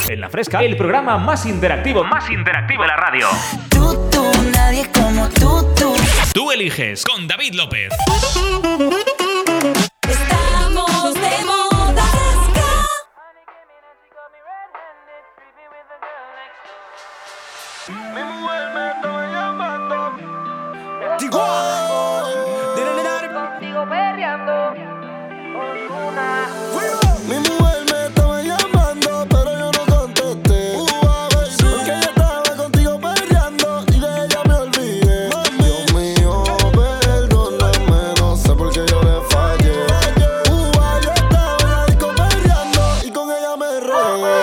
En La Fresca, el programa más interactivo de la radio. Tú, nadie como tú. Tú eliges con David López. Estamos de moda fresca. Mi mujer me está llamando. Contigo perreando con una. Mi mujer me estaba llamando, pero yo no contesté. Porque ella estaba contigo perreando y de ella me olvidé. Dios mío, perdóname, no sé por qué yo le fallé. Yo estaba en la disco perreando y con ella me regué.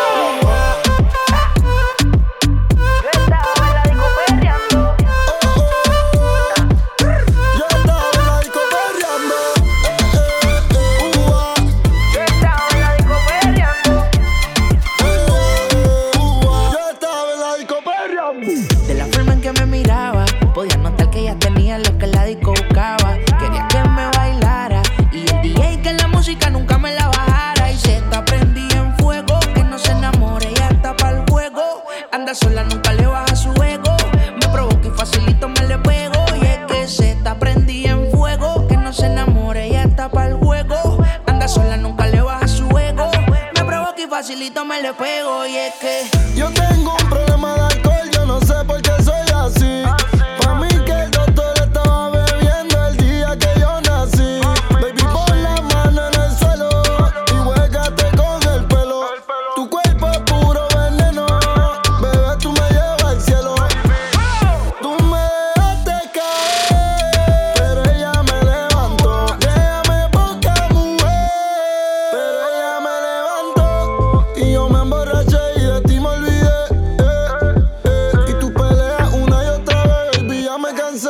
Sola nunca le baja su ego. Me provoca y facilito me le pego. Y es que se está prendida en fuego. Que no se enamore, ella está pa'l juego. Anda sola, nunca le baja su ego. Me provoca y facilito me le pego. Y es que yo tengo un problema de alcohol, yo no sé por qué soy así. Pa' mí que el doctor estaba bebiendo el día que yo nací. Baby, pon la mano en el suelo y huégate con el pelo. Tu cuerpo es puro veneno. Tú me llevas al cielo. Tú me dejaste caer, pero ella me levantó. Déjame poca mujer, pero ella me levantó. Y yo me emborraché y de ti me olvidé. Y tú peleas una y otra vez, baby, ya me cansé.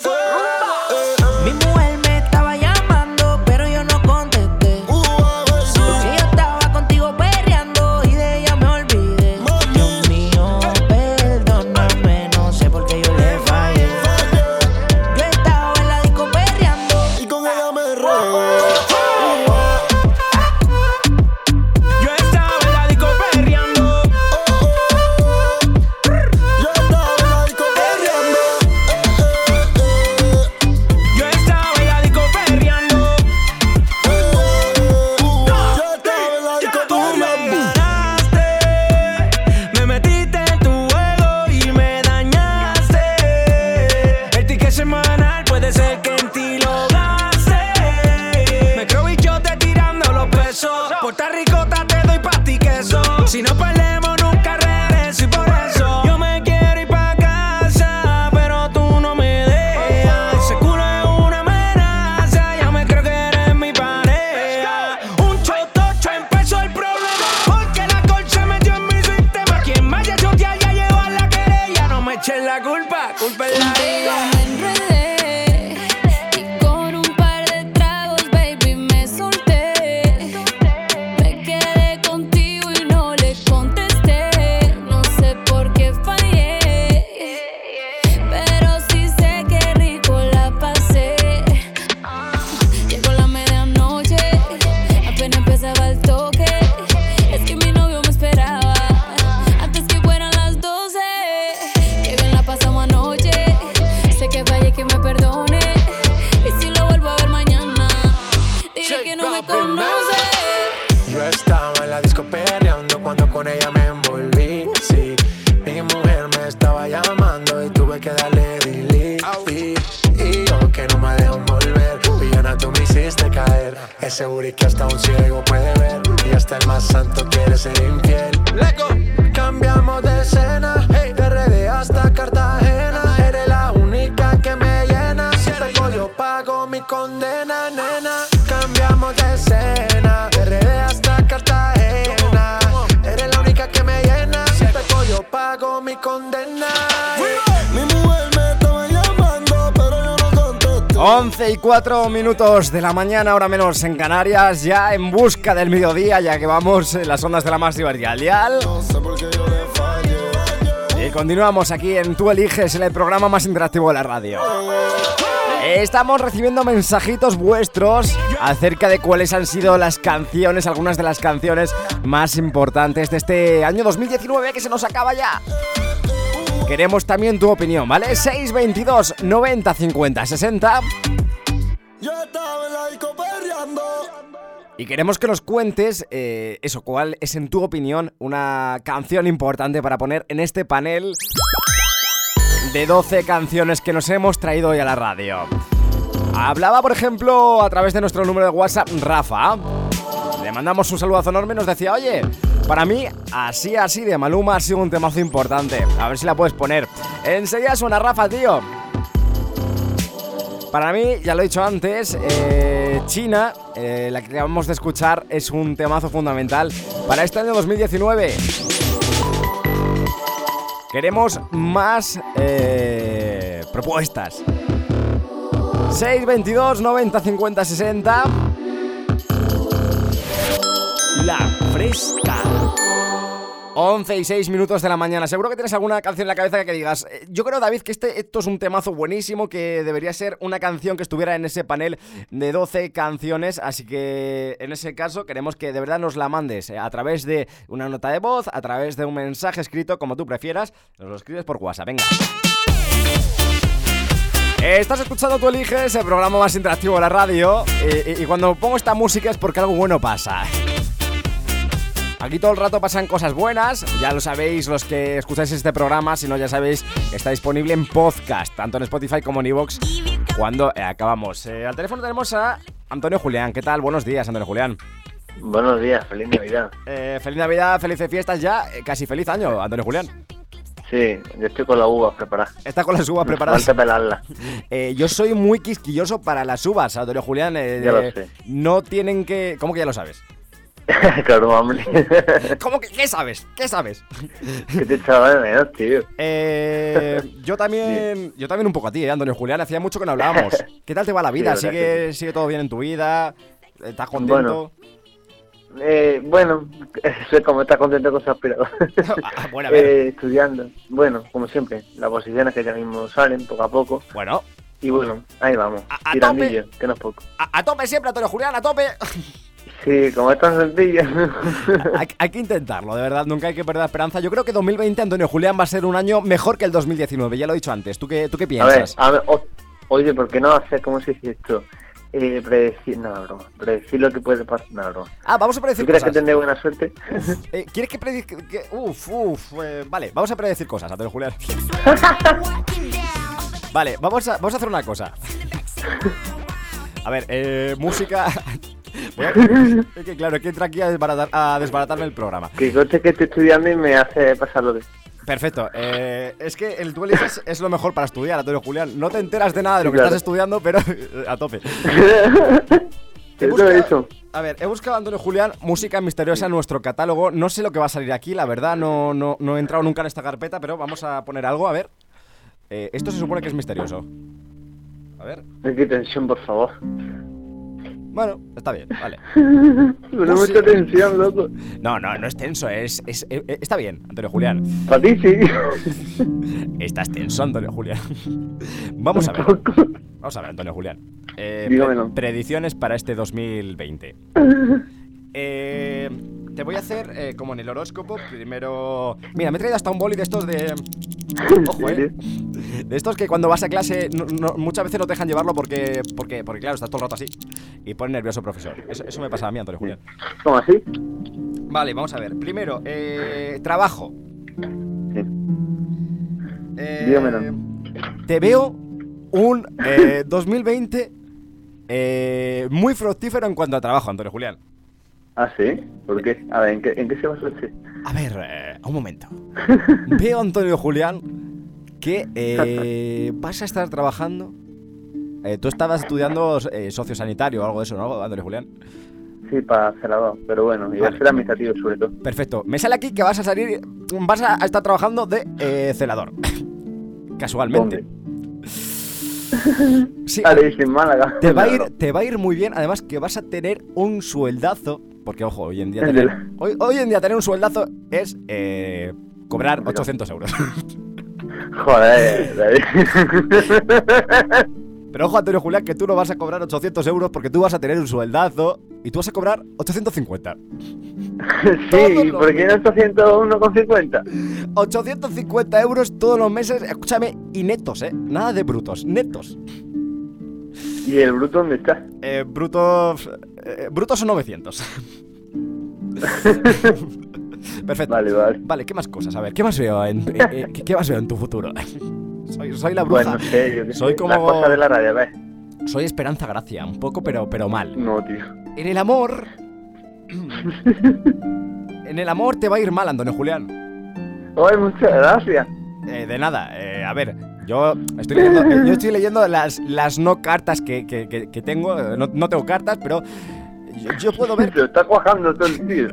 mi mujer me estaba llamando, pero yo no contesté. Porque yo estaba contigo perreando y de ella me olvidé. Dios mío, perdóname, no sé por qué yo le fallé. Yo estaba en la disco perreando Y con ella me regué. Yo estaba en la disco perreando. Yo estaba en la disco perreando. Yo estaba en la disco perreando. Yo estaba en la disco Tú me perreando. ganaste, me metiste en tu juego y me dañaste. El ticket semanal puede ser que en ti lo gaste. Me creo bichote tirando los pesos. Puerto Ricota te doy pa' ti queso. Si no perdemos nunca regreso y por eso yo me quiero ir pa' casa, pero tú no me dejas. Ese culo es una amenaza, ya me creo que eres mi pareja. Un chotocho empezó el problema, porque la alcohol se metió en mi sistema. Quien vaya a chotear ya lleva la querella. No me echen la culpa es la Contigo ella. me enredé y con un par de tragos, baby, me solté. Me quedé contigo y no le contesté. No sé por qué fallé, pero sí sé que rico la pasé. Llegó la medianoche, apenas empezaba el toque. Es que mi novio me esperaba antes que fueran las 12. Qué bien la pasamos anoche. Sé que fallé, que me perdone. Y si lo vuelvo a ver mañana, diré que no me conoce. Yo estaba en la disco perreando cuando con ella me envolví. Sí, mi mujer me estaba llamando y tuve que darle delete. Y yo que no me dejo envolver, villana, tú me hiciste caer. Ese booty que hasta un ciego puede ver, y hasta el más santo quiere ser infiel. Cambiamos de escena, hey, de RD hasta Cartagena. Eres la única que me llena. Si pego yo pago mi condena, nena. Cambiamos de escena, de RD hasta Cartagena. Eres la única que me llena. Si pego yo pago mi condena. Mi mujer me estaba llamando, pero yo no contesté. 11:04 de la mañana, hora menos en Canarias, ya en busca del mediodía, ya que vamos en las ondas de la más divertida al dial. No sé por qué yo le fallé. Y continuamos aquí en Tú Eliges, en el programa más interactivo de la radio. Estamos recibiendo mensajitos vuestros acerca de cuáles han sido las canciones, algunas de las canciones más importantes de este año 2019 que se nos acaba ya. Queremos también tu opinión, ¿vale? 622 90 50 60. Yo estaba en la disco perreando. Y queremos que nos cuentes eso, cuál es en tu opinión una canción importante para poner en este panel de 12 canciones que nos hemos traído hoy a la radio. Hablaba, por ejemplo, a través de nuestro número de WhatsApp, Rafa. Le mandamos un saludazo enorme y nos decía, oye, para mí, así de Maluma ha sido un temazo importante. A ver si la puedes poner. Enseguida suena Rafa, tío. Para mí, ya lo he dicho antes, China, la que acabamos de escuchar, es un temazo fundamental para este año 2019. Queremos más propuestas. 622 90 50 60. La Fresca. 11 y 6 minutos de la mañana. Seguro que tienes alguna canción en la cabeza que digas, yo creo, David, que esto es un temazo buenísimo, que debería ser una canción que estuviera en ese panel de 12 canciones. Así que en ese caso queremos que de verdad nos la mandes a través de una nota de voz, a través de un mensaje escrito, como tú prefieras. Nos lo escribes por WhatsApp, venga. Estás escuchando Tú Eliges, el programa más interactivo de la radio, y cuando pongo esta música es porque algo bueno pasa. Aquí todo el rato pasan cosas buenas, ya lo sabéis los que escucháis este programa, si no ya sabéis que está disponible en podcast, tanto en Spotify como en iVoox, cuando acabamos. Al teléfono tenemos a Antonio Julián. ¿Qué tal? Buenos días, Antonio Julián. Buenos días, feliz Navidad. Feliz Navidad, felices fiestas ya, casi feliz año, Antonio Julián. Sí, yo estoy con las uvas preparadas. ¿Estás con las uvas preparadas? Falta pelarlas. Yo soy muy quisquilloso para las uvas, Antonio Julián. Ya lo sé. No tienen que... ¿Cómo que ya lo sabes? Claro, hombre. ¿Cómo que? ¿Qué sabes? ¿Qué sabes? ¿Qué te echaba de menos, tío? Yo también un poco a ti, Antonio Julián. Hacía mucho que no hablábamos. ¿Qué tal te va la vida? Sí, ¿Sigue todo bien en tu vida? ¿Estás contento? Bueno, soy como estás contento con su aspirador. Bueno, a ver. Estudiando. Bueno, como siempre, las posiciones que ya mismo salen poco a poco. Bueno. Y bueno, ahí vamos. A tirandillo, que no es poco. A tope siempre, Antonio Julián, a tope. Sí, como es tan sencillo. Hay que intentarlo, de verdad, nunca hay que perder la esperanza. Yo creo que 2020, Antonio Julián, va a ser un año mejor que el 2019, ya lo he dicho antes. ¿Tú qué piensas? A ver, oye, ¿por qué no hacer cómo se dice esto? Predecir, no, broma. Predecir lo que puede pasar, no, broma. Vamos a predecir cosas. ¿Tú crees cosas? que tendré buena suerte? ¿Quieres que predizca? Vale, vamos a predecir cosas, Antonio Julián. Vale, vamos a hacer una cosa. A ver, música... Es que claro, que entra aquí a desbaratarme el programa. Que coche que estoy estudiando y me hace pasarlo de... Perfecto, es que el Tú Eliges es lo mejor para estudiar, Antonio Julián. No te enteras de nada de lo que estás estudiando, pero a tope. A ver, he buscado, Antonio Julián, música misteriosa en nuestro catálogo. No sé lo que va a salir aquí, la verdad, no he entrado nunca en esta carpeta, pero vamos a poner algo, a ver. Esto se supone que es misterioso. A ver. Qué tensión, por favor. Bueno, está bien, vale. No mucha tensión, loco. No es tenso, está bien, Antonio Julián. Para ti sí. Estás tenso, Antonio Julián. Vamos a ver, Antonio Julián. Dígamelo. Predicciones para este 2020. Te voy a hacer como en el horóscopo. Primero... Mira, me he traído hasta un boli de estos de... Ojo, de estos que cuando vas a clase muchas veces no te dejan llevarlo porque claro, estás todo el rato así y pone nervioso el profesor. Eso me pasa a mí, Antonio Julián. ¿Cómo así? Vale, vamos a ver. Primero, trabajo. Sí. Dígamelo. Te veo un 2020 muy fructífero en cuanto a trabajo, Antonio Julián. ¿Ah, sí? ¿Por qué? A ver, ¿en qué se basa usted? A ver, un momento. Veo, Antonio Julián, que vas a estar trabajando. Tú estabas estudiando sociosanitario o algo de eso, ¿no, Antonio Julián? Sí, para celador, pero bueno, y va a ser administrativo sobre todo. Perfecto. Me sale aquí que vas a estar trabajando de celador. Casualmente. Sí, en Málaga. Te va a ir muy bien, además que vas a tener un sueldazo. Porque, ojo, hoy en día tener un sueldazo es cobrar 800 euros. Joder, David. Pero ojo, Antonio Julián, que tú no vas a cobrar 800 euros porque tú vas a tener un sueldazo y tú vas a cobrar 850. Sí, ¿por qué no 801,50? 850 euros todos los meses, escúchame, y netos, nada de brutos, netos. ¿Y el bruto dónde está? Brutos son 900. Perfecto. Vale, ¿qué más cosas? A ver, ¿qué más veo ¿qué más veo en tu futuro? Soy la bruja. Pues no sé, yo qué soy sé, como... las cosas de la radio, a ver. Soy Esperanza Gracia, un poco, pero mal. No, tío. En el amor... En el amor te va a ir mal, Antonio Julián. Ay, muchas gracias. De nada, a ver, yo estoy leyendo las no cartas que tengo. No tengo cartas, pero yo puedo ver... Te está cuajando todo el tío.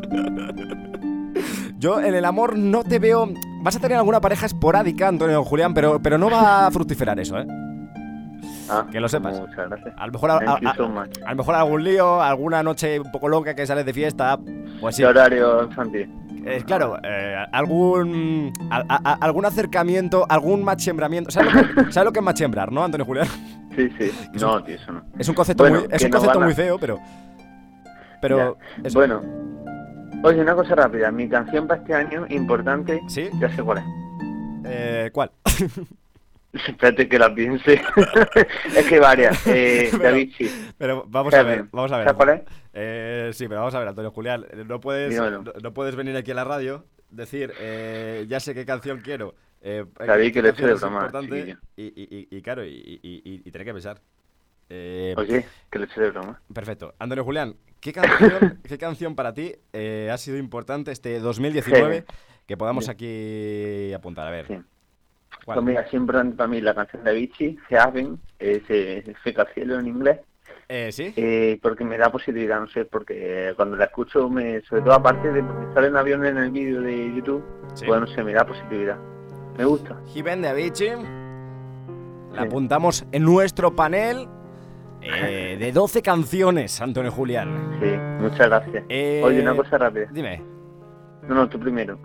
Yo en el amor no te veo... Vas a tener alguna pareja esporádica, Antonio Julián, pero no va a fructificar eso, que lo sepas. Muchas gracias. A lo mejor algún lío, alguna noche un poco loca que sales de fiesta, pues sí. ¿Qué horario infantil? Claro, algún acercamiento, algún machembramiento. ¿Sabes lo que es machembrar, no, Antonio Julián? Sí. No, tío, eso no. Es un concepto muy feo, pero eso. Bueno, oye, una cosa rápida. Mi canción para este año, importante, ¿sí? Ya sé cuál es. ¿Cuál? Espérate que la piense. Es que varias. Davichi. Pero vamos a ver. ¿Sabes cuál es? Sí, pero vamos a ver, Antonio Julián. No puedes venir aquí a la radio, decir, ya sé qué canción quiero. Sabí que le eché de broma. Y claro, y tener que pensar. Oye, que le eché de broma. Perfecto. Antonio Julián, ¿qué canción para ti ha sido importante este 2019 que podamos aquí apuntar? A ver. Sí. Pues mira, es importante para mí la canción de Avicii, Heaven, Feca Cielo en inglés. ¿Sí? Porque me da positividad, no sé, porque cuando la escucho, sobre todo aparte de porque sale en avión en el vídeo de YouTube, ¿sí? Pues no sé, me da positividad. Me gusta. Heaven de Avicii. La apuntamos en nuestro panel de 12 canciones, Antonio Julián. Sí, muchas gracias. Oye, una cosa rápida. Dime. No, tú primero.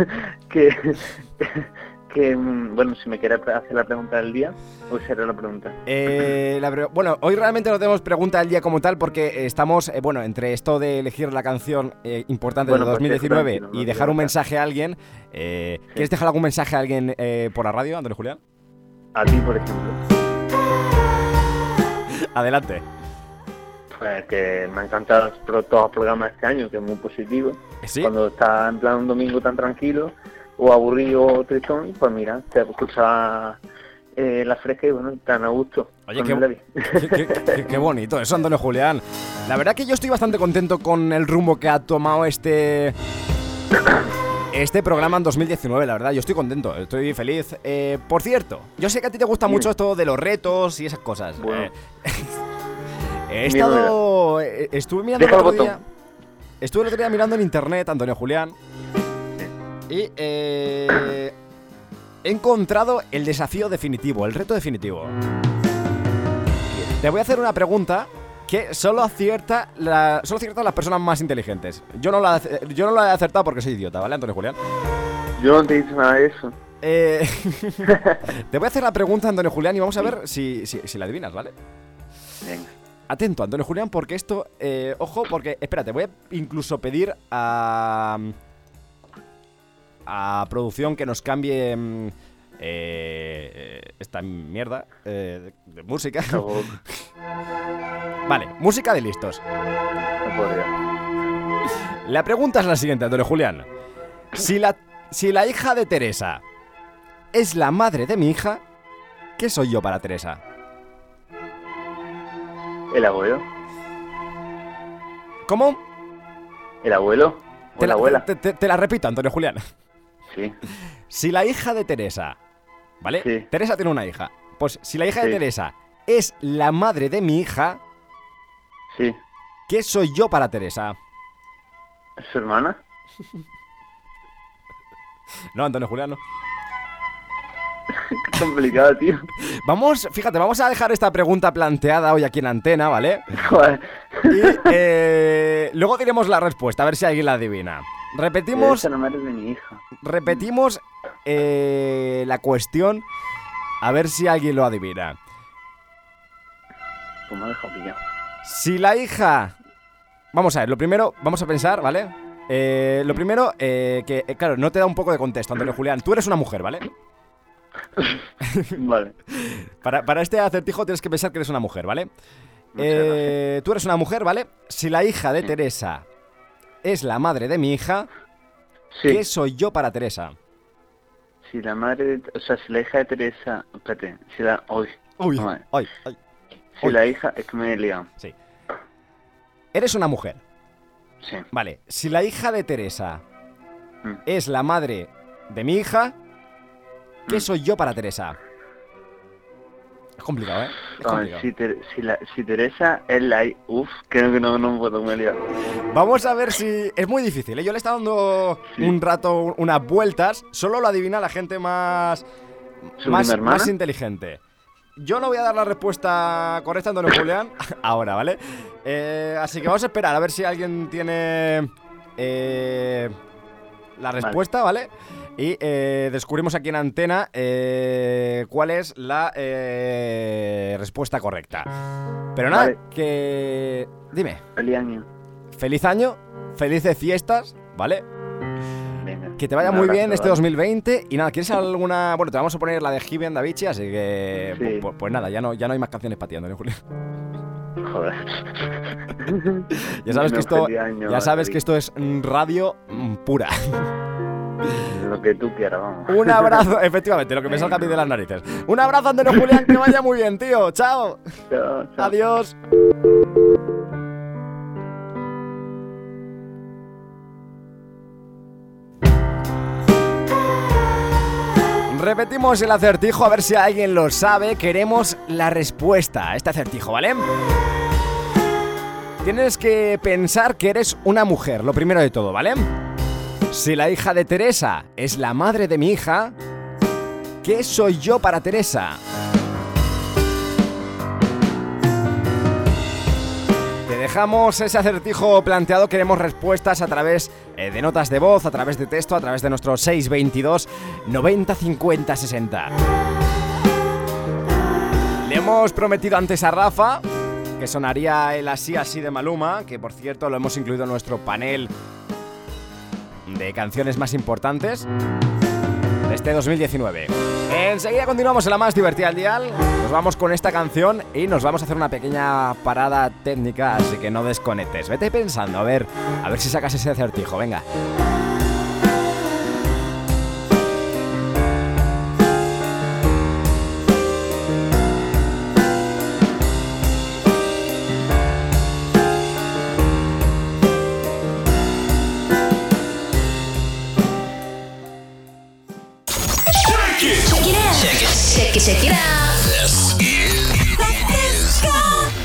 Bueno, si me quieres hacer la pregunta del día, ¿o será la pregunta? Bueno, hoy realmente no tenemos pregunta del día como tal porque estamos, entre esto de elegir la canción importante de 2019 y dejar un mensaje a alguien. ¿Quieres dejar algún mensaje a alguien por la radio, Antonio Julián? A ti, por ejemplo. Adelante. Pues que me han encantado todos los programas este año, que es muy positivo. ¿Sí? Cuando está en plan un domingo tan tranquilo o aburrido o tristón, pues mira, te escuchas la fresca y bueno, tan a gusto. Oye, qué bonito eso, Antonio Julián. La verdad que yo estoy bastante contento con el rumbo que ha tomado este programa en 2019, la verdad. Yo estoy contento, estoy feliz. Por cierto, yo sé que a ti te gusta mucho esto de los retos y esas cosas. Bueno. Estuve mirando el otro día. Estuve el otro día mirando en internet, Antonio Julián. Y he encontrado el desafío definitivo, el reto definitivo. Te voy a hacer una pregunta que solo aciertan las personas más inteligentes. Yo no la he acertado porque soy idiota, ¿vale, Antonio Julián? Yo no te he dicho nada de eso. Te voy a hacer la pregunta, Antonio Julián, y vamos a ver si la adivinas, ¿vale? Venga. Atento, Antonio Julián, porque esto... ojo, porque... Espérate, voy a incluso pedir a producción que nos cambie esta mierda de música. Vale, música de listos. No podría. La pregunta es la siguiente, Antonio Julián. Si la hija de Teresa es la madre de mi hija, ¿qué soy yo para Teresa? ¿El abuelo? ¿Cómo? ¿El abuelo? ¿O la abuela? Te la repito, Antonio Julián. Sí. Si la hija de Teresa, ¿vale? Sí. Teresa tiene una hija. Pues si la hija de Teresa es la madre de mi hija, sí, ¿qué soy yo para Teresa? ¿Su hermana? No, Antonio Julián, no. Qué complicado, tío. Vamos a dejar esta pregunta planteada hoy aquí en Antena, ¿vale? Joder. Y luego diremos la respuesta, a ver si alguien la adivina. Repetimos. Esa no es de mi hija. Repetimos la cuestión, a ver si alguien lo adivina. Pues me ha dejado pillado. Si la hija... Vamos a ver, lo primero, vamos a pensar, ¿vale? Lo primero, claro, no te da un poco de contexto, Antonio Julián. Tú eres una mujer, ¿vale? Vale. Para este acertijo tienes que pensar que eres una mujer, ¿vale? Tú eres una mujer, ¿vale? Si la hija de Teresa es la madre de mi hija, Sí. ¿qué soy yo para Teresa? Si la madre, o sea, si la hija de Teresa, espérate, si la, Uy, vale. ay, ay. Si la hija, es que me he liado. Sí. Eres una mujer. Sí. Vale, si la hija de Teresa Mm. es la madre de mi hija, ¿qué soy yo para Teresa? Es complicado, ¿eh? Es A ver, complicado. si Teresa es la... Uf, creo que no puedo, me he liado. Vamos a ver si... Es muy difícil, ¿eh? Yo le he estado dando un rato unas vueltas. Solo lo adivina la gente más hermana? inteligente. Yo no voy a dar la respuesta correcta, Antonio Julián, ahora, ¿vale? Así que vamos a esperar a ver si alguien tiene la respuesta, ¿vale? Y descubrimos aquí en antena cuál es la respuesta correcta. Pero nada, Vale. que... Dime. Feliz año. Feliz año, felices fiestas, ¿vale? Venga. Que te vaya Un muy abrazo, bien este vale. 2020. Y nada, ¿quieres alguna...? Bueno, te vamos a poner la de Givean de Avicii, así que... Sí. Pues nada, ya no hay más canciones para ti, Antonio Julián. Joder. Ya sabes que No, esto, feliz año, ya sabes David. que esto es radio pura. Lo que tú quieras, vamos. Un abrazo, efectivamente, lo que me salga a ti de las narices. Un abrazo, Antonio Julián, que vaya muy bien, tío. Chao. Chao, chao. Adiós. Repetimos el acertijo, a ver si alguien lo sabe. Queremos la respuesta a este acertijo, ¿vale? Tienes que pensar que eres una mujer, lo primero de todo, ¿vale? Si la hija de Teresa es la madre de mi hija, ¿qué soy yo para Teresa? Te dejamos ese acertijo planteado. Queremos respuestas a través de notas de voz, a través de texto, a través de nuestro 622 90 50 60. Le hemos prometido antes a Rafa que sonaría el Así Así de Maluma, que por cierto lo hemos incluido en nuestro panel de canciones más importantes de este 2019. Enseguida continuamos en la más divertida del dial. Nos vamos con esta canción y nos vamos a hacer una pequeña parada técnica, así que no desconectes. Vete pensando, a ver si sacas ese acertijo, venga. Check it out. Let's go.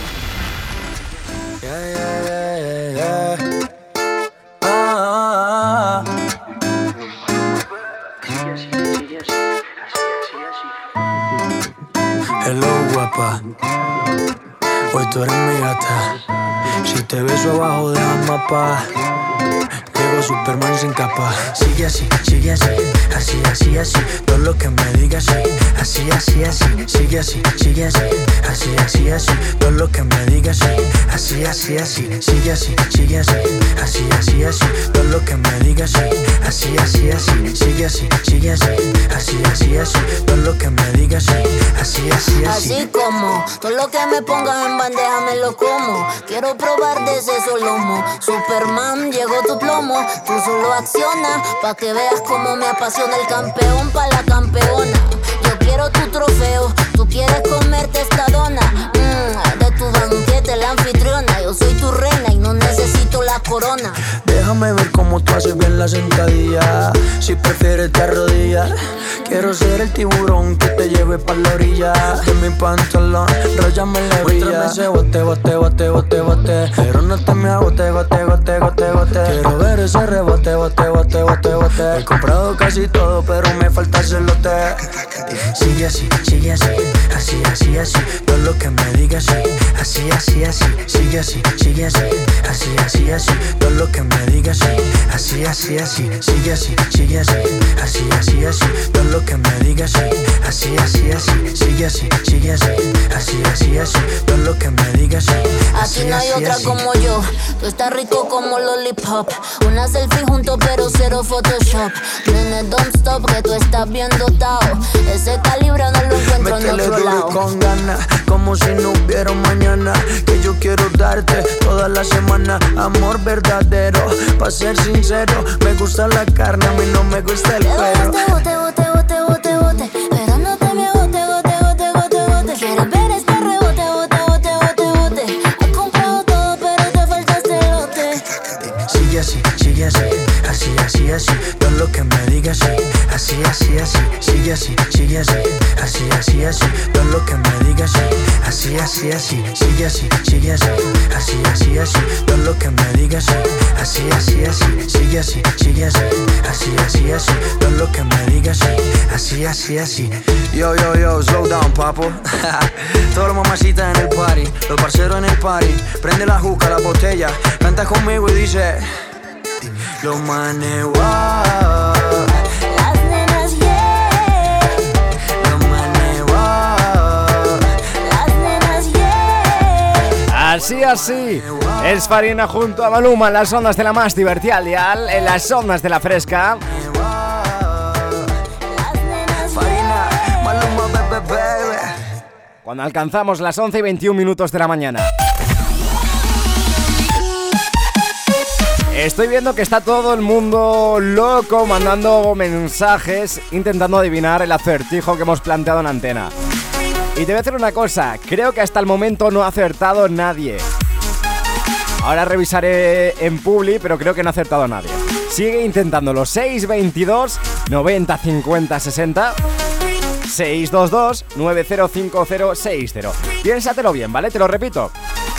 Hello guapa, hoy tú eres mi gata. Si te beso abajo deja el mapa. Llego Superman sin capa. Sigue así, así, así, así. Todo lo que me digas, así, así, así. Sigue así, así, así, así. Todo lo que me digas, así, así, así. Sigue así, así, así, así. Todo lo que me digas, así, así, así. Sigue así, así, así, así. Todo lo que me digas, así, así, así. Así como todo lo que me pongas en bandeja me lo como. Quiero probar de ese solomo. Superman, llegó tu plomo. Tú solo acciona pa' que veas cómo me apasiona el campeón pa' la campeona. Yo quiero tu trofeo, tú quieres comerte esta dona. De tu banquete la anfitriona. Yo soy tu reina y no necesito la corona. Déjame ver cómo tú haces bien la sentadilla. Si prefieres te arrodillas. Quiero ser el tiburón que te lleve pa' la orilla. De mi pantalón, róllame la orilla. Muéstrame ese bote, bote, bote, bote, bote. Pero no te me agote, gote, gote, gote, gote. Quiero ver ese rebote, bote, bote, bote, bote. He comprado casi todo, pero me falta el celote. Sigue así, así, así, así. Todo lo que me digas, así, así, así. Sigue así, así, así, así. todo lo que me digas sí. Así, así, así, sigue así, sigue así. Así, así, así, todo lo que me digas sí. Así, así, así, sigue así, sigue así. Así, así, así, todo lo que me digas sí. Aquí no hay otra como yo. Tú estás rico como lollipop. Una selfie juntos pero cero Photoshop. Nene, don't stop que tú estás bien dotado. Ese calibre no lo encuentro en otro lado. Con ganas, como si no hubiera un mañana. Que yo quiero darte toda la semana. Amor verdadero, pa' ser sincero. Me gusta la carne, a mí no me gusta el cuero. Bote, pero no te me bote. Quieres ver este rebote, bote. Has comprado todo, pero te falta este lote. Sigue así, sigue así. Así, así, así, todo lo que me digas sí. Así, así, así, sigue así, sigue así. Así, así, así, todo lo que me digas sí. Así, así, así, sigue así, sigue así. Así, así, así, todo lo que me digas sí. Así, así, así, sigue así, sigue así. Así, así, así, todo lo que me digas sí. Así, así, así. Yo, slow down, papo. Todos los mamacitas en el party, los parceros en el party. Prende la juca, la botella, canta conmigo y dice: los manes, wow. Las nenas, yeah. Los manes, wow. Las nenas, yeah. Así, así. Es Farina junto a Maluma en las ondas de la más divertida al dial, en las ondas de la fresca. Farina, Maluma, baby. Cuando alcanzamos las 11:21 de la mañana. Estoy viendo que está todo el mundo loco mandando mensajes intentando adivinar el acertijo que hemos planteado en antena. Y te voy a decir una cosa, creo que hasta el momento no ha acertado nadie. Ahora revisaré en Publi, pero creo que no ha acertado nadie. Sigue intentándolo. 622 90 50 60 622 905060. Piénsatelo bien, ¿vale? Te lo repito.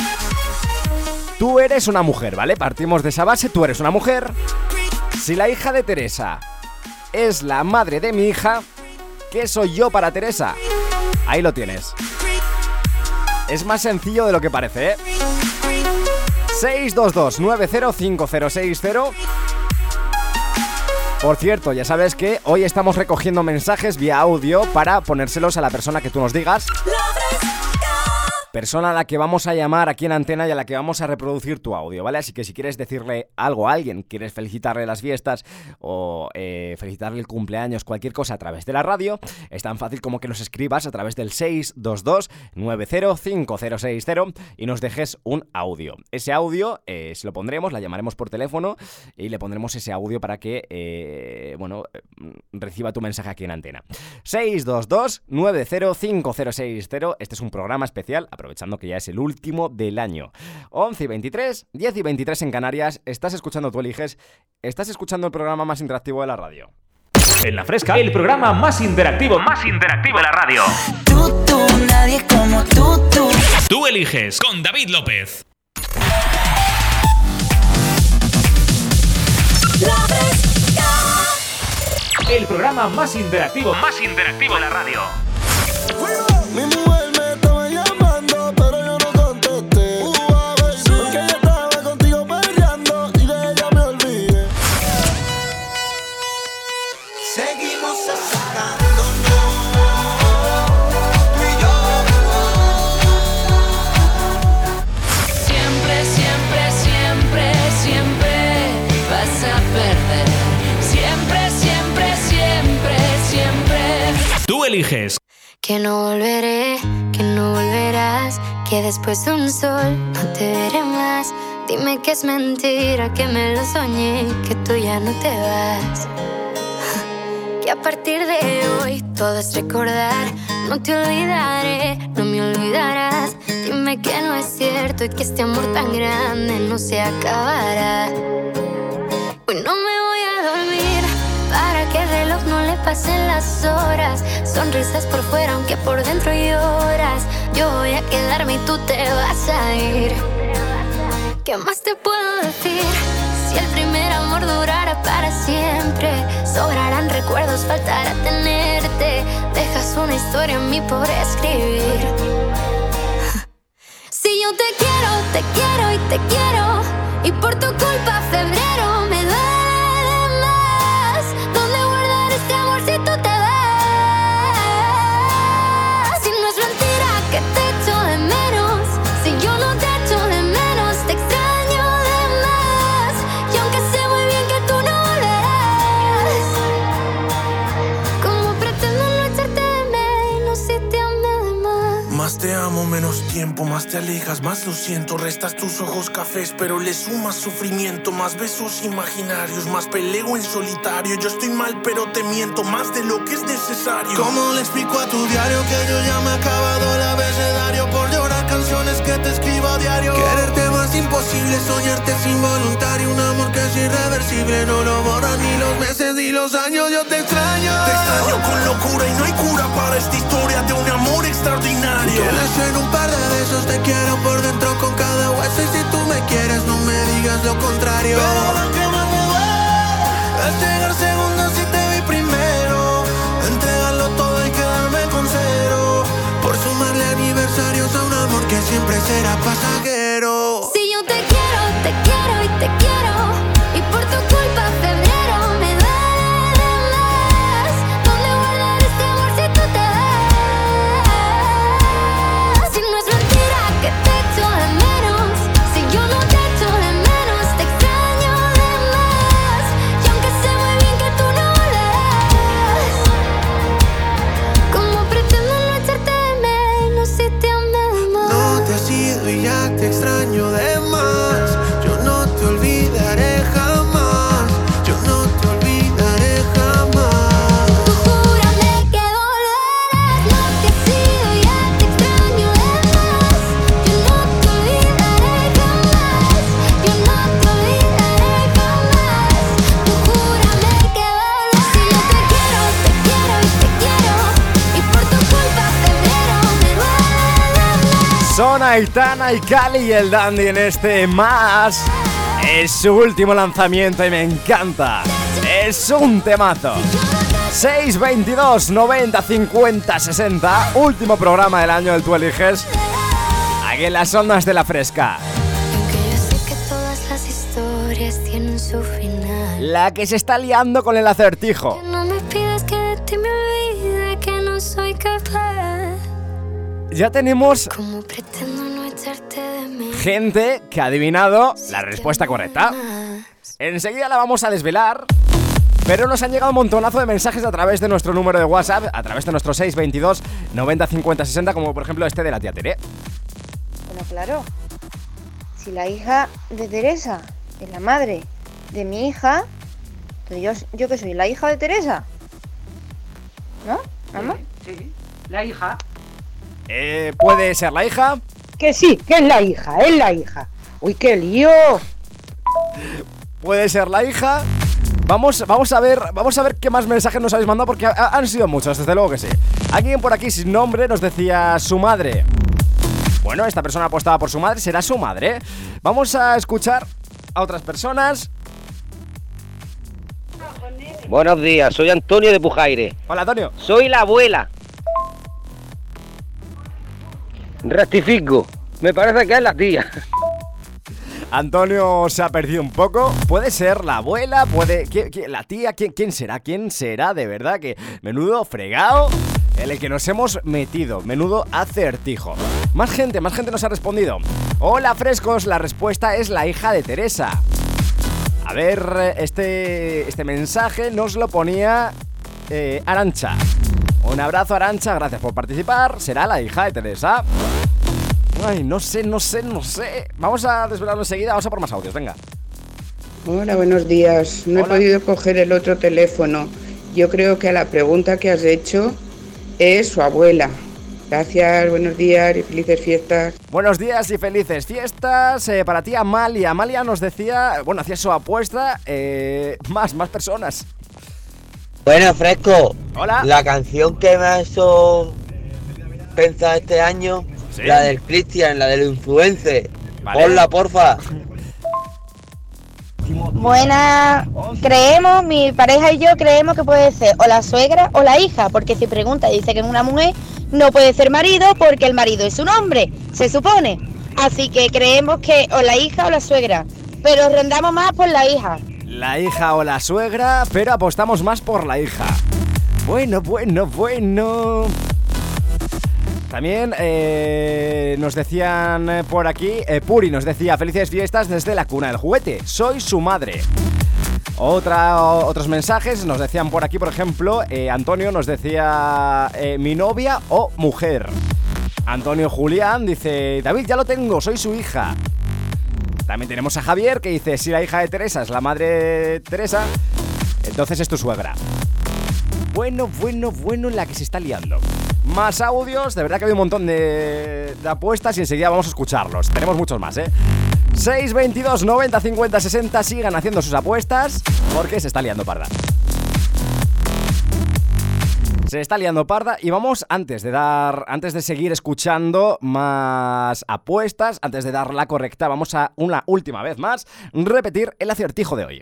Tú eres una mujer, ¿vale? Partimos de esa base, tú eres una mujer. Si la hija de Teresa es la madre de mi hija, ¿qué soy yo para Teresa? Ahí lo tienes. Es más sencillo de lo que parece, ¿eh? 622 905060. Por cierto, ya sabes que hoy estamos recogiendo mensajes vía audio para ponérselos a la persona que tú nos digas. Persona a la que vamos a llamar aquí en antena y a la que vamos a reproducir tu audio, ¿vale? Así que si quieres decirle algo a alguien, quieres felicitarle las fiestas o felicitarle el cumpleaños, cualquier cosa a través de la radio, es tan fácil como que nos escribas a través del 622 905060 y nos dejes un audio. Ese audio se lo pondremos, la llamaremos por teléfono y le pondremos ese audio para que, reciba tu mensaje aquí en antena. 622 905060. Este es un programa especial, aprovechando que ya es el último del año. 11:23, 10:23 en Canarias. Estás escuchando Tú Eliges. Estás escuchando el programa más interactivo de la radio. En La Fresca, el programa más interactivo de la radio. Tú, nadie como tú. Tú Eliges, con David López. La Fresca. El programa más interactivo de la radio. Mi mujer me estaba llamando, pero yo no contesté. Porque ella estaba contigo peleando y de ella me olvidé. Seguimos sacándonos, tú y yo. Siempre, siempre, siempre, siempre vas a perder. Siempre, siempre, siempre, siempre. Tú Eliges. Que no volveré, que no volverás, que después de un sol no te veré más. Dime que es mentira, que me lo soñé, que tú ya no te vas. Que a partir de hoy todo es recordar. No te olvidaré, no me olvidarás. Dime que no es cierto y que este amor tan grande no se acabará. Hoy no me voy a dormir para que el reloj no le pasen las horas. Sonrisas por fuera aunque por dentro lloras. Yo voy a quedarme y tú te vas a ir. ¿Qué más te puedo decir? Si el primer amor durara para siempre, sobrarán recuerdos, faltará tenerte. Dejas una historia en mí por escribir. Si yo te quiero y te quiero, Y por tu culpa febrero me duele más. ¿Dónde guardar este amor si tú te vas? Si no es mentira que te echo de menos, si yo no te echo de menos, te extraño de más. Y aunque sé muy bien que tú no volverás, ¿cómo pretendo no echarte de menos si te amé de más? Más te amo, menos tiempo, más te alejas, más lo siento. Restas tus ojos cafés, pero le sumas sufrimiento. Más besos imaginarios, más peleo en solitario. Yo estoy mal, pero te miento más de lo que es necesario. ¿Cómo le explico a tu diario que yo ya me he acabado el abecedario por llorar canciones que te escribo a diario? Quererte más imposible, soñarte es involuntario. Un amor que es irreversible, no lo borran ni los meses ni los años. Yo te extraño con locura y no hay cura para esta historia de un amor extraordinario. Que le suene un par de besos, te quiero por dentro con cada hueso. Y si tú me quieres, no me digas lo contrario. Pero lo que más me duele es llegar segundo si te vi primero. Entregarlo todo y quedarme con cero, por sumarle aniversarios a un amor que siempre será pasajero. Si yo te quiero y te quiero, y por tu culpa febrero me duele más. ¿Dónde guardar este amor si tú te vas? Si no es mentira que te echo de menos, si yo no te echo de menos, te extraño de más. Y aunque sé muy bien que tú no volverás, ¿cómo pretendo no echarte de menos si te amé de más? No te has ido y ya te extraño de más. Yo no te olvidaré jamás. Yo no te olvidaré jamás. Tú júrame que volverás. No te has ido y ya te extraño de más. Yo no te olvidaré jamás. Yo no te olvidaré jamás. Tú júrame que volverás. Si yo te quiero y te quiero, y por tu culpa febrero me duele más. Son Aitana y Cali y el Dandy en este Más. Es su último lanzamiento y me encanta. Es un temazo. 622 90 50 60. Último programa del año del Tú Eliges. Aquí en las ondas de La Fresca. Aunque yo sé que todas las historias tienen su final, La que se está liando con el acertijo. no me pidas que de ti me olvide, que no soy capaz. Ya tenemos ¿Cómo pretendo no echarte de menos? gente que ha adivinado la respuesta correcta. Enseguida la vamos a desvelar, pero nos han llegado un montonazo de mensajes a través de nuestro número de WhatsApp, a través de nuestro 622 90 50 60, como por ejemplo este de la tía Tere. Bueno, claro. Si la hija de Teresa es la madre de mi hija, entonces yo que soy la hija de Teresa, ¿no? ¿Mamá? Sí, la hija. ¿Puede ser la hija? Que sí, que es la hija, es la hija. Uy, qué lío. Puede ser la hija. Vamos a ver qué más mensajes nos habéis mandado, porque han sido muchos, desde luego que sí. Alguien por aquí sin nombre nos decía su madre. Bueno, esta persona apostaba por su madre, será su madre. Vamos a escuchar a otras personas. Buenos días, soy Antonio de Pujaire. Hola, Antonio. Soy la abuela. Rectifico, me parece que es la tía. Antonio se ha perdido un poco. Puede ser la abuela, la tía. ¿Quién será? ¿Quién será de verdad? Que menudo fregado en el que nos hemos metido. Menudo acertijo. Más gente nos ha respondido. Hola, frescos, la respuesta es la hija de Teresa. A ver, este mensaje nos lo ponía Arancha. Un abrazo, Arancha, gracias por participar. Será la hija de Teresa. Ay, no sé. Vamos a desvelarlo enseguida, vamos a por más audios, venga. Hola, buenos días. No he podido coger el otro teléfono. Yo creo que a la pregunta que has hecho es su abuela. Gracias, buenos días y felices fiestas. Buenos días y felices fiestas para ti, Amalia. Amalia nos decía, bueno, hacía su apuesta, más personas. Bueno, Fresco. Hola. La canción que me ha hecho pensar este año, ¿sí? La del Cristian, la del influencer. Vale. Ponla, porfa. Buenas, mi pareja y yo creemos que puede ser o la suegra o la hija, porque si pregunta y dice que es una mujer, no puede ser marido porque el marido es un hombre, se supone. Así que creemos que o la hija o la suegra. pero rondamos más por la hija. La hija o la suegra, pero apostamos más por la hija. Bueno. También nos decían por aquí, Puri nos decía: felices fiestas desde la cuna del juguete, soy su madre. Otros mensajes nos decían por aquí, por ejemplo, Antonio nos decía mi novia o mujer. Antonio Julián dice: David, ya lo tengo, soy su hija. También tenemos a Javier que dice: si la hija de Teresa es la madre de Teresa, entonces es tu suegra. Bueno, la que se está liando. Más audios, de verdad que hay un montón de apuestas y enseguida vamos a escucharlos. Tenemos muchos más, 622 90 50 60, sigan haciendo sus apuestas porque se está liando parda. Se está liando parda y vamos, antes de seguir escuchando más apuestas, antes de dar la correcta, vamos a una última vez más repetir el acertijo de hoy.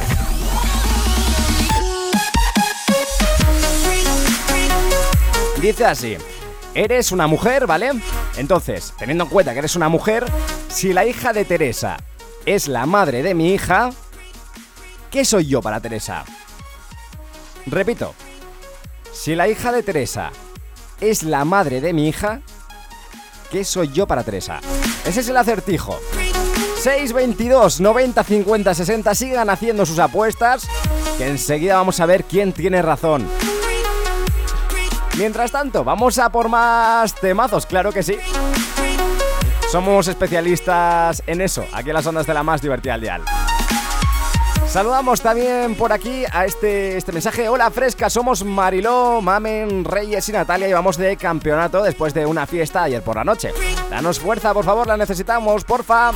Dice así: eres una mujer, ¿vale? Entonces, teniendo en cuenta que eres una mujer, si la hija de Teresa es la madre de mi hija, ¿qué soy yo para Teresa? Repito, si la hija de Teresa es la madre de mi hija, ¿qué soy yo para Teresa? Ese es el acertijo. 622 90 50 60, sigan haciendo sus apuestas, que enseguida vamos a ver quién tiene razón. Mientras tanto, vamos a por más temazos, claro que sí. Somos especialistas en eso, aquí en las ondas de la más divertida al dial. Saludamos también por aquí a este mensaje. Hola Fresca, somos Mariló, Mamen, Reyes y Natalia y vamos de campeonato después de una fiesta ayer por la noche. Danos fuerza, por favor, la necesitamos, porfa.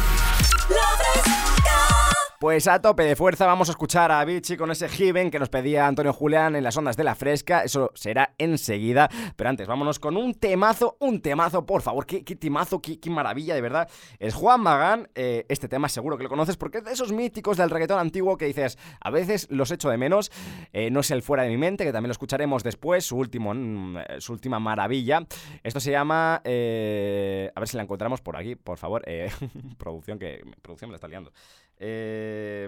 Pues a tope de fuerza vamos a escuchar a Vichy con ese Given que nos pedía Antonio Julián en las ondas de la Fresca. Eso será enseguida, pero antes vámonos con un temazo, por favor. Qué temazo, qué maravilla, de verdad. Es Juan Magán, este tema seguro que lo conoces porque es de esos míticos del reggaetón antiguo que dices, a veces los echo de menos. No es el Fuera de mi mente, que también lo escucharemos después, su última maravilla. Esto se llama, a ver si la encontramos por aquí, por favor. Producción me la está liando. Se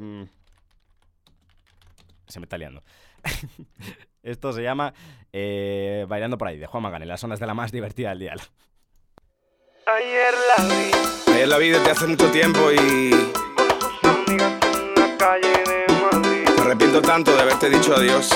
me está liando. Esto se llama Bailando por ahí, de Juan Magán, en las zonas de la más divertida del dial. Ayer la vi desde hace mucho tiempo y me arrepiento tanto de haberte dicho adiós.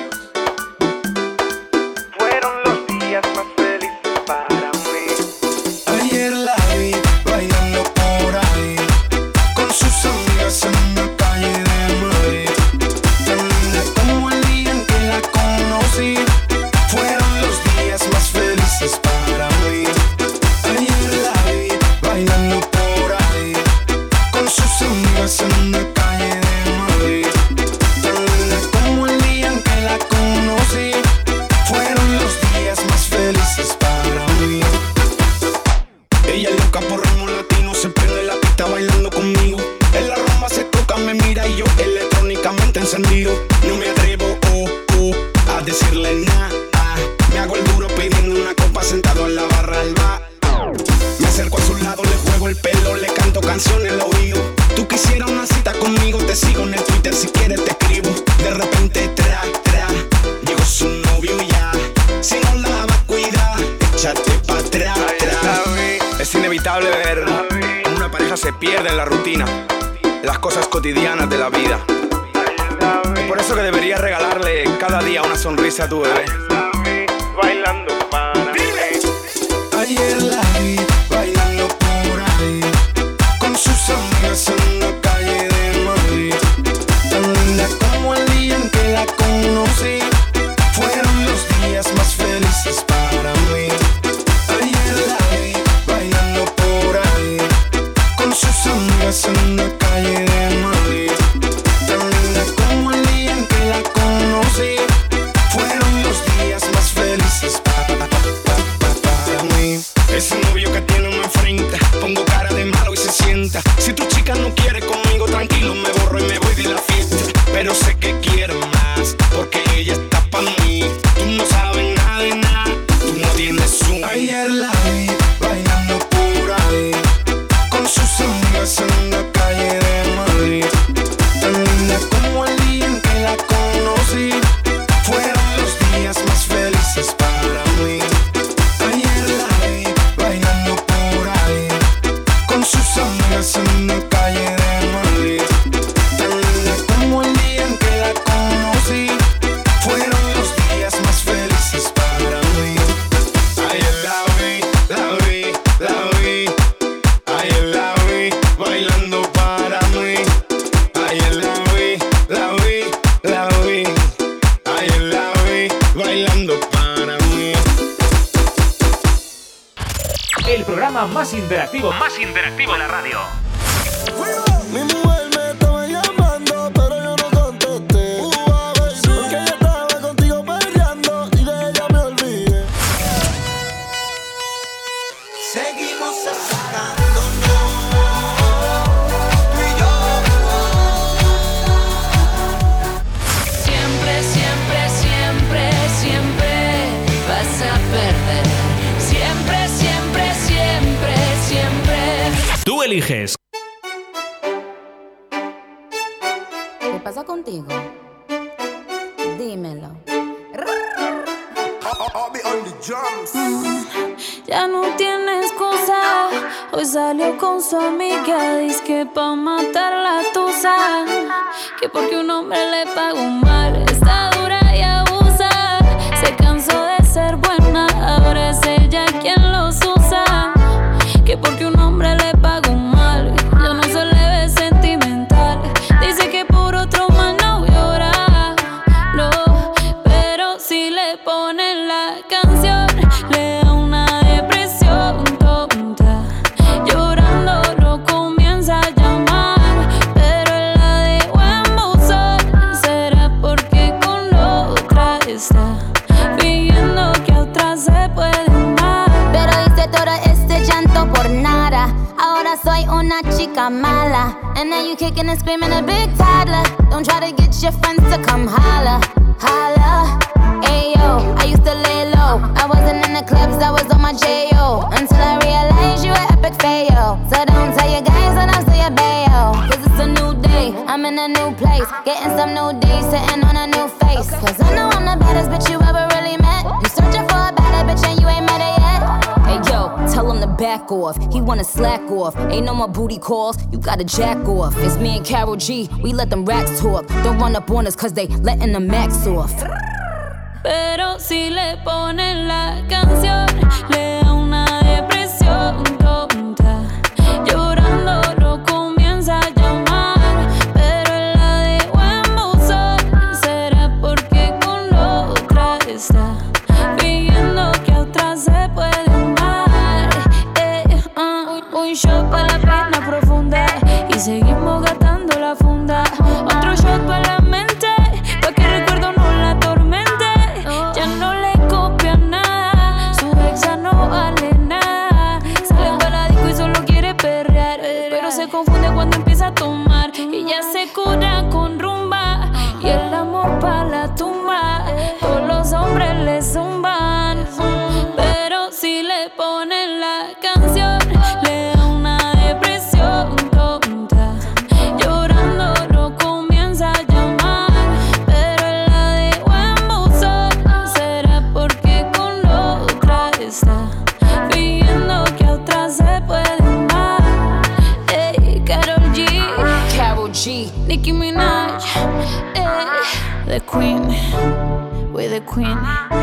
Fueron los días más felices para mí. Ayer la vi bailando por ahí con sus amigas en una calle de Madrid. Tan linda como el día en que la conocí. Fueron los días más felices para mí. Ayer la vi bailando por ahí con sus amigas en una calle de Madrid. Tan linda como el día en que la conocí. Fueron los días más felices para mí. Ella es loca por ritmo latino, se prende la pista bailando conmigo. En la rumba se toca, me mira y yo electrónicamente encendido. No me atrevo, a decirle nada. Me hago el duro pidiendo una copa sentado en la barra del bar. Me acerco a su lado, le juego el pelo, le canto canciones al oído. Tú quisieras una cita conmigo, te sigo en el Twitter, si quieres te escribo. De repente, llegó su novio ya. Si no la vas a cuidar, échate pa' atrás. Es inevitable ver cómo una pareja se pierde en la rutina, las cosas cotidianas de la vida. Es por eso que deberías regalarle cada día una sonrisa a tu bebé. Bailando para mí. Ayer la vi bailando por ahí con sus amigas en la calle de Madrid. Tan linda como el día en que la conocí. Fueron los días más felices para mí. Ayer la vi bailando por ahí con sus amigas en la calle de Madrid. Tan linda como el día en que la conocí. Fueron los días más felices para mí. Ese novio que tiene me enfrenta, pongo cara de malo y se sienta. Si tu chica no quiere conmigo, tranquilo, me borro y me voy de la fiesta. Pero sé que quiere más, porque ella está pa' mí. Tú no sabes nada de nada, tú no tienes un. Ayer la vi bailando por ahí con sus amigas en la calle de Madrid. programa más interactivo de la radio. Mi mujer me estaba llamando, pero yo no contesté. Porque ella estaba contigo peleando y de ella me olvidé. Seguimos sacándonos, tú y yo. Siempre, siempre, siempre, siempre vas a perder. Siempre, siempre, siempre, siempre. Tú eliges. ¿Qué pasa contigo? Dímelo. Ya no tiene excusa. Hoy salió con su amiga. Dice que pa' matar la tusa. Que porque un hombre le pagó mal. Está dura y abusa. Se cansó de ser buena. Ahora es ella quien los usa. Que porque un hombre le pagó mal. Ya no se le ve sentimental. Dice que por otro más no llora. No, pero si le ponen la canción, le da una depresión tonta. Llorando lo comienza a llamar, pero él la dejó en buzón. ¿Será porque con otra está fingiendo que a otra se puede amar? Pero hice todo este llanto por nada. Ahora soy una chica mala. And now you kicking and screaming a big toddler. Don't try to get your friends to come holla, holla. Ayo, I used to lay low. I wasn't in the clubs, I was on my J.O. Until I realized you were epic fail. So don't tell your guys that I'm still your bayo. Cause it's a new day, I'm in a new place. Getting some new days, sitting on a new face. Cause I know I'm the baddest bitch you ever really met. You searching for a better bitch and you ain't met her yet. Hey yo, tell him to back off. He wanna slack off. Ain't no more booty calls, you gotta jack off. It's me and Karol G, we let them racks talk. Don't run up on us cause they letting the max off. Pero si le ponen la canción, le da una depresión tonta. Llorando lo comienza a llamar, pero él la dejó en buzón. ¿Será porque con otra está fingiendo que a otra se puede amar? Un shot para la pena profunda y seguimos gastando la funda. Otro shot para la mente, pa' que recuerdo no la atormente. Ya no le copia nada, su exa no vale nada. Sale para la disco y solo quiere perrear, pero se confunde cuando empieza a tomar. Y ya se cura con rumba y el amor pa' la tumba. Todos los hombres le zumban, pero si le ponen la canción, le da una depresión tonta. Llorando lo comienza a llamar, pero él la dejó en buzón. ¿Será porque con otra está fingiendo que a otra se puede amar? Ey, Karol G, Nicki Minaj, the queen, we're the queen.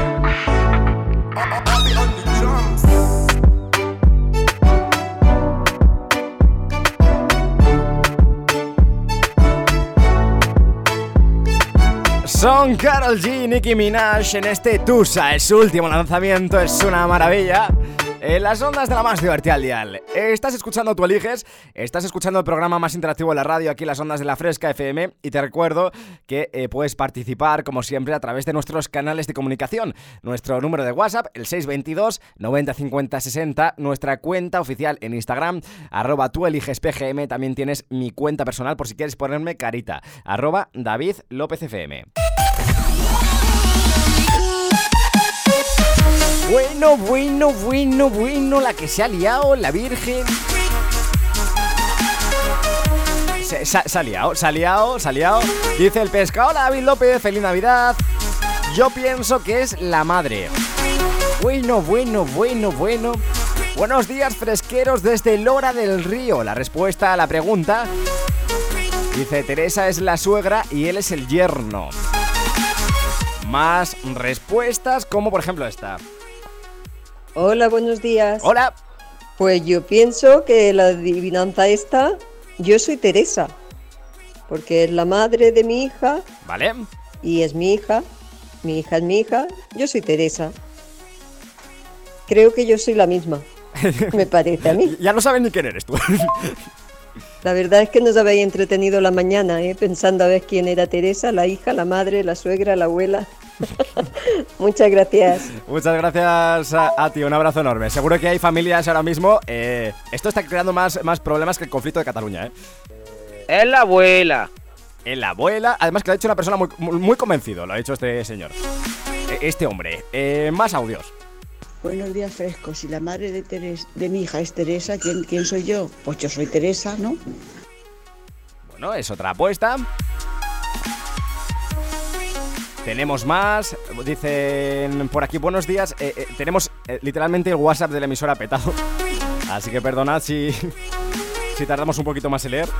Son Karol G y Nicki Minaj en este Tusa, su último lanzamiento, es una maravilla. En las ondas de la más divertida al dial. Estás escuchando Tú Eliges, estás escuchando el programa más interactivo de la radio aquí en las ondas de la Fresca FM. Y te recuerdo que puedes participar, como siempre, a través de nuestros canales de comunicación. Nuestro número de WhatsApp, el 622 90 50 60. Nuestra cuenta oficial en Instagram, @tueligespgm. También tienes mi cuenta personal por si quieres ponerme carita, @DavidLópezFM. Bueno, la que se ha liado, la Virgen. Se ha liado. Dice el pescado, hola David López, feliz Navidad. Yo pienso que es la madre. Bueno. Buenos días, fresqueros desde Lora del Río. La respuesta a la pregunta, dice Teresa es la suegra y él es el yerno. Más respuestas, como por ejemplo esta. Hola, buenos días. Hola. Pues yo pienso que la adivinanza esta, yo soy Teresa, porque es la madre de mi hija. Vale. Y es mi hija es mi hija, yo soy Teresa. Creo que yo soy la misma. Me parece a mí. Ya no sabes ni quién eres tú. La verdad es que nos habéis entretenido la mañana, pensando a ver quién era Teresa, la hija, la madre, la suegra, la abuela. Muchas gracias. Muchas gracias a ti, un abrazo enorme. Seguro que hay familias ahora mismo. Esto está creando más problemas que el conflicto de Cataluña, Es la abuela. Es la abuela, además que lo ha dicho una persona muy convencido, lo ha dicho este señor. Este hombre. Más audios. Buenos días, Fresco. Si la madre de mi hija es Teresa, ¿quién soy yo? Pues yo soy Teresa, ¿no? Bueno, es otra apuesta. Tenemos más. Dicen por aquí, buenos días. Tenemos literalmente el WhatsApp de la emisora petado. Así que perdonad si tardamos un poquito más en leer.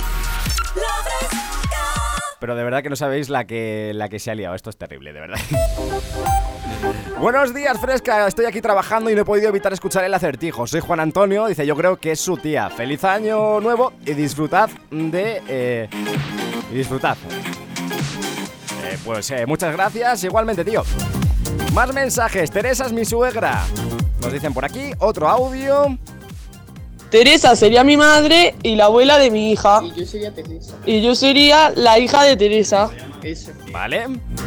Pero de verdad que no sabéis la que se ha liado. Esto es terrible, de verdad. Buenos días, Fresca. Estoy aquí trabajando y no he podido evitar escuchar el acertijo. Soy Juan Antonio. Dice, yo creo que es su tía. Feliz año nuevo y disfrutad de... disfrutad. Pues muchas gracias. Igualmente, tío. Más mensajes. Teresa es mi suegra. Nos dicen por aquí. Otro audio. Teresa sería mi madre y la abuela de mi hija. Y yo sería Teresa. Y yo sería la hija de Teresa. Eso. Vale.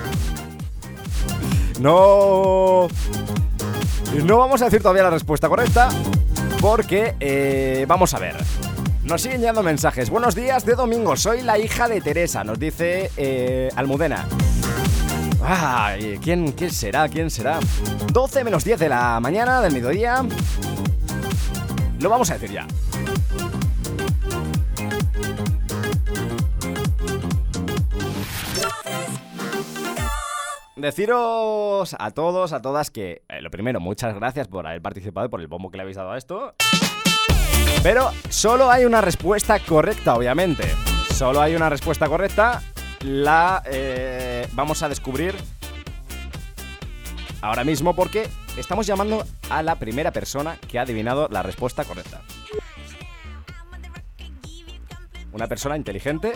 No vamos a decir todavía la respuesta correcta, porque vamos a ver. Nos siguen llegando mensajes. Buenos días de domingo, soy la hija de Teresa. Nos dice Almudena. Ay, ¿quién será? 12 menos 10 de la mañana, del mediodía. Lo vamos a decir ya. Deciros a todos, a todas que lo primero, muchas gracias por haber participado y por el bombo que le habéis dado a esto. Pero solo hay una respuesta correcta, obviamente. Solo hay una respuesta correcta. La vamos a descubrir ahora mismo porque estamos llamando a la primera persona que ha adivinado la respuesta correcta. Una persona inteligente.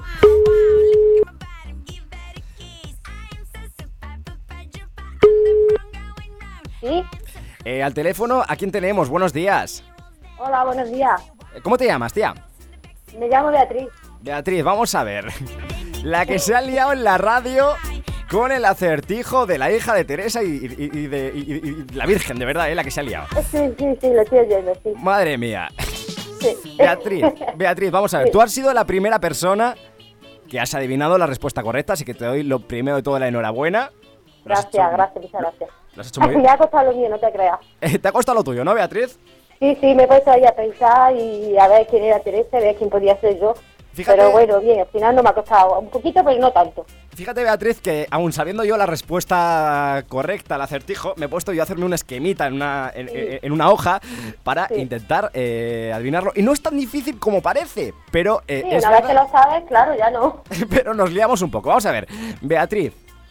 ¿Sí? Al teléfono, ¿a quién tenemos? Buenos días. Hola, buenos días. ¿Cómo te llamas, tía? Me llamo Beatriz. Beatriz, vamos a ver. La que se ha liado en la radio con el acertijo de la hija de Teresa y la Virgen, de verdad, la que se ha liado. Sí, lo estoy oyendo, sí. Madre mía. Sí. Beatriz, vamos a ver. Sí. Tú has sido la primera persona que has adivinado la respuesta correcta, así que te doy lo primero de todo la enhorabuena. Gracias, muchas gracias. Lo has hecho muy bien. Me ha costado lo mío, no te creas. Te ha costado lo tuyo, ¿no, Beatriz? Sí, me he puesto ahí a pensar y a ver quién era Teresa, a ver quién podía ser yo. Fíjate, pero bueno, bien, al final no me ha costado un poquito, pero no tanto. Fíjate, Beatriz, que aún sabiendo yo la respuesta correcta al acertijo, me he puesto yo a hacerme una esquemita en una hoja para intentar adivinarlo. Y no es tan difícil como parece, pero... sí, una vez que lo sabes, claro, ya no. Pero nos liamos un poco. Vamos a ver, Beatriz,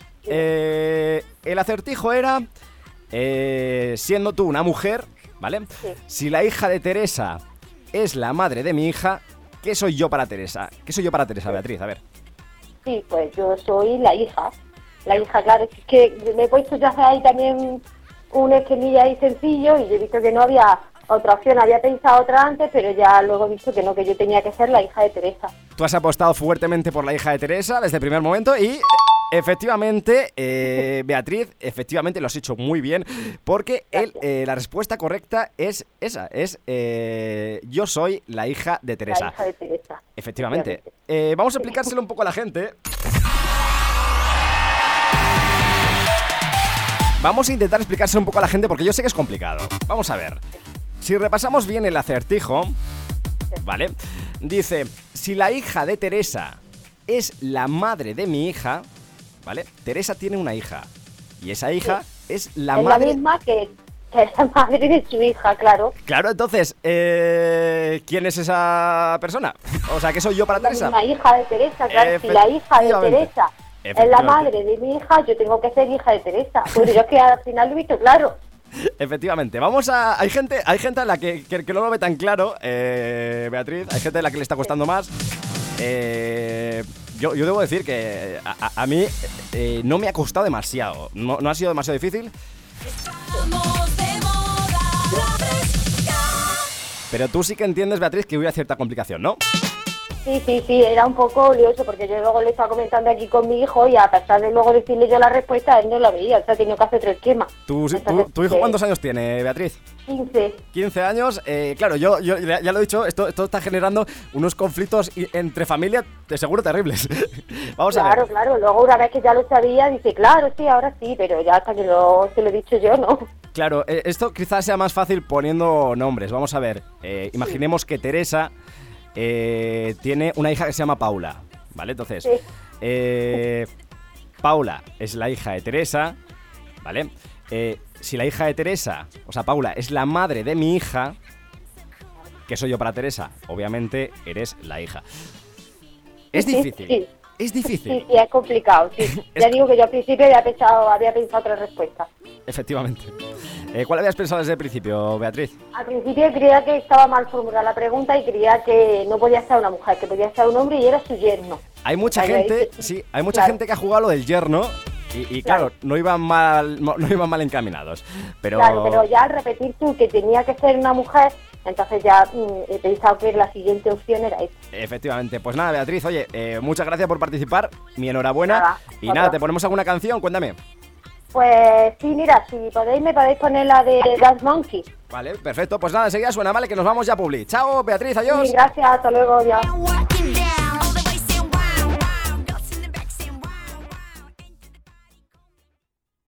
el acertijo era, siendo tú una mujer, ¿vale? Sí. Si la hija de Teresa es la madre de mi hija, ¿qué soy yo para Teresa? ¿Qué soy yo para Teresa, Beatriz? A ver. Sí, pues yo soy la hija. La hija, claro, es que me he puesto ya ahí también un esquemilla ahí sencillo y he visto que no había otra opción. Había pensado otra antes, pero ya luego he visto que no, que yo tenía que ser la hija de Teresa. Tú has apostado fuertemente por la hija de Teresa desde el primer momento y... Efectivamente, Beatriz, efectivamente lo has hecho muy bien, porque la respuesta correcta es esa, es yo soy la hija de Teresa. La hija de Teresa. Efectivamente. Vamos a explicárselo un poco a la gente. Vamos a intentar explicárselo un poco a la gente porque yo sé que es complicado. Vamos a ver. Si repasamos bien el acertijo, ¿vale? Dice, si la hija de Teresa es la madre de mi hija... ¿Vale? Teresa tiene una hija y esa hija es la madre... la misma que la madre de su hija, claro. Claro, entonces, ¿quién es esa persona? O sea, ¿qué soy yo para Teresa? La hija de Teresa, claro. Si la hija de Teresa es la madre de mi hija, yo tengo que ser hija de Teresa. Bueno, yo es que al final lo he visto claro. Efectivamente, vamos a... Hay gente a la que no lo ve tan claro, Beatriz. Hay gente a la que le está costando más. Yo debo decir que a mí no me ha costado demasiado. No ha sido demasiado difícil. Estamos de moda, la fresca. Pero tú sí que entiendes, Beatriz, que hubiera cierta complicación, ¿no? Sí, era un poco lioso porque yo luego le estaba comentando aquí con mi hijo y a pesar de luego decirle yo la respuesta, él no la veía, o sea, tenía que hacer otro esquema. ¿Tu hijo cuántos años tiene, Beatriz? 15. 15 años, claro, yo ya lo he dicho, esto está generando unos conflictos entre familias de seguro terribles. Vamos a ver. Claro, luego una vez que ya lo sabía, dice, claro, sí, ahora sí, pero ya hasta que se lo he dicho yo, ¿no? Claro, esto quizás sea más fácil poniendo nombres, vamos a ver, imaginemos que Teresa tiene una hija que se llama Paula, ¿vale? Entonces, Paula es la hija de Teresa, ¿vale? Si la hija de Teresa, o sea, Paula, es la madre de mi hija, que soy yo para Teresa, obviamente eres la hija. Es difícil. Sí. Es difícil. Sí, es complicado, sí. Ya digo que yo al principio había pensado otra respuesta. Efectivamente. ¿Cuál habías pensado desde el principio, Beatriz? Al principio creía que estaba mal formulada la pregunta y creía que no podía ser una mujer, que podía ser un hombre y era su yerno. Hay mucha gente, hay mucha gente que ha jugado lo del yerno y claro, no iban mal encaminados. Pero... Claro, pero ya al repetir tú que tenía que ser una mujer, entonces ya he pensado que la siguiente opción era esta. Efectivamente. Pues nada, Beatriz, oye, muchas gracias por participar, mi enhorabuena. Nada, ¿te ponemos alguna canción? Cuéntame. Pues sí, mira, si podéis, me podéis poner la de Dance Monkey. Vale, perfecto. Pues nada, enseguida suena, vale, que nos vamos ya, Publi. Chao, Beatriz, adiós. Sí, gracias, hasta luego, ya.